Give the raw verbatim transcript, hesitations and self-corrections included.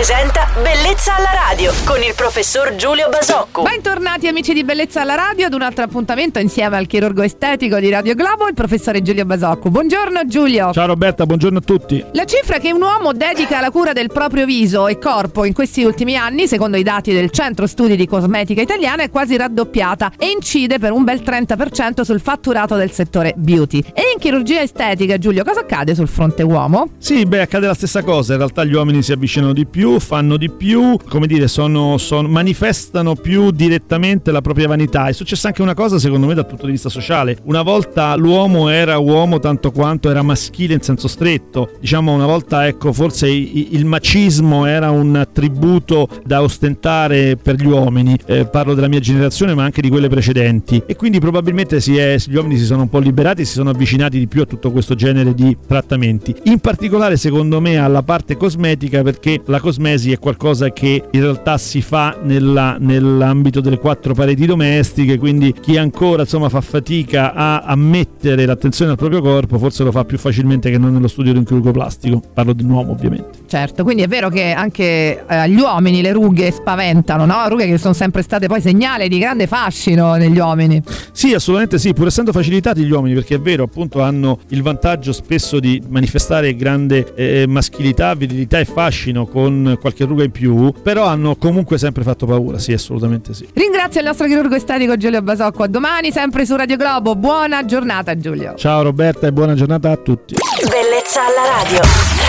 presenta Bellezza alla radio con il professor Giulio Basocco. Bentornati amici di Bellezza alla radio ad un altro appuntamento insieme al chirurgo estetico di Radio Globo, il professore Giulio Basocco. Buongiorno Giulio. Ciao Roberta, buongiorno a tutti. La cifra che un uomo dedica alla cura del proprio viso e corpo in questi ultimi anni, secondo i dati del Centro Studi di Cosmetica Italiana, è quasi raddoppiata e incide per un bel trenta per cento sul fatturato del settore beauty. E in chirurgia estetica, Giulio, cosa accade sul fronte uomo? Sì, beh, accade la stessa cosa. In realtà gli uomini si avvicinano di più, fanno di più, come dire, sono, sono manifestano più direttamente la propria vanità. È successa anche una cosa, secondo me, dal punto di vista sociale. Una volta l'uomo era uomo tanto quanto era maschile in senso stretto. Diciamo, una volta, ecco, forse il macismo era un attributo da ostentare per gli uomini. Eh, parlo della mia generazione, ma anche di quelle precedenti. E quindi probabilmente si è, gli uomini si sono un po' liberati, si sono avvicinati di più a tutto questo genere di trattamenti. In particolare, secondo me, alla parte cosmetica, perché la cosmesi è qualcosa che in realtà si fa nella, nell'ambito delle quattro pareti domestiche, quindi chi ancora insomma fa fatica a, a mettere l'attenzione al proprio corpo forse lo fa più facilmente che non nello studio di un chirurgo plastico. Parlo di un uomo, ovviamente. Certo, quindi è vero che anche eh, agli uomini le rughe spaventano, no? Rughe che sono sempre state poi segnale di grande fascino negli uomini. Sì, assolutamente sì, pur essendo facilitati gli uomini, perché è vero, appunto, hanno il vantaggio spesso di manifestare grande eh, maschilità, virilità e fascino con qualche ruga in più, però hanno comunque sempre fatto paura, sì, assolutamente sì. Ringrazio il nostro chirurgo estetico Giulio Basocco, a domani sempre su Radio Globo. Buona giornata Giulio. Ciao Roberta e buona giornata a tutti. Bellezza alla radio.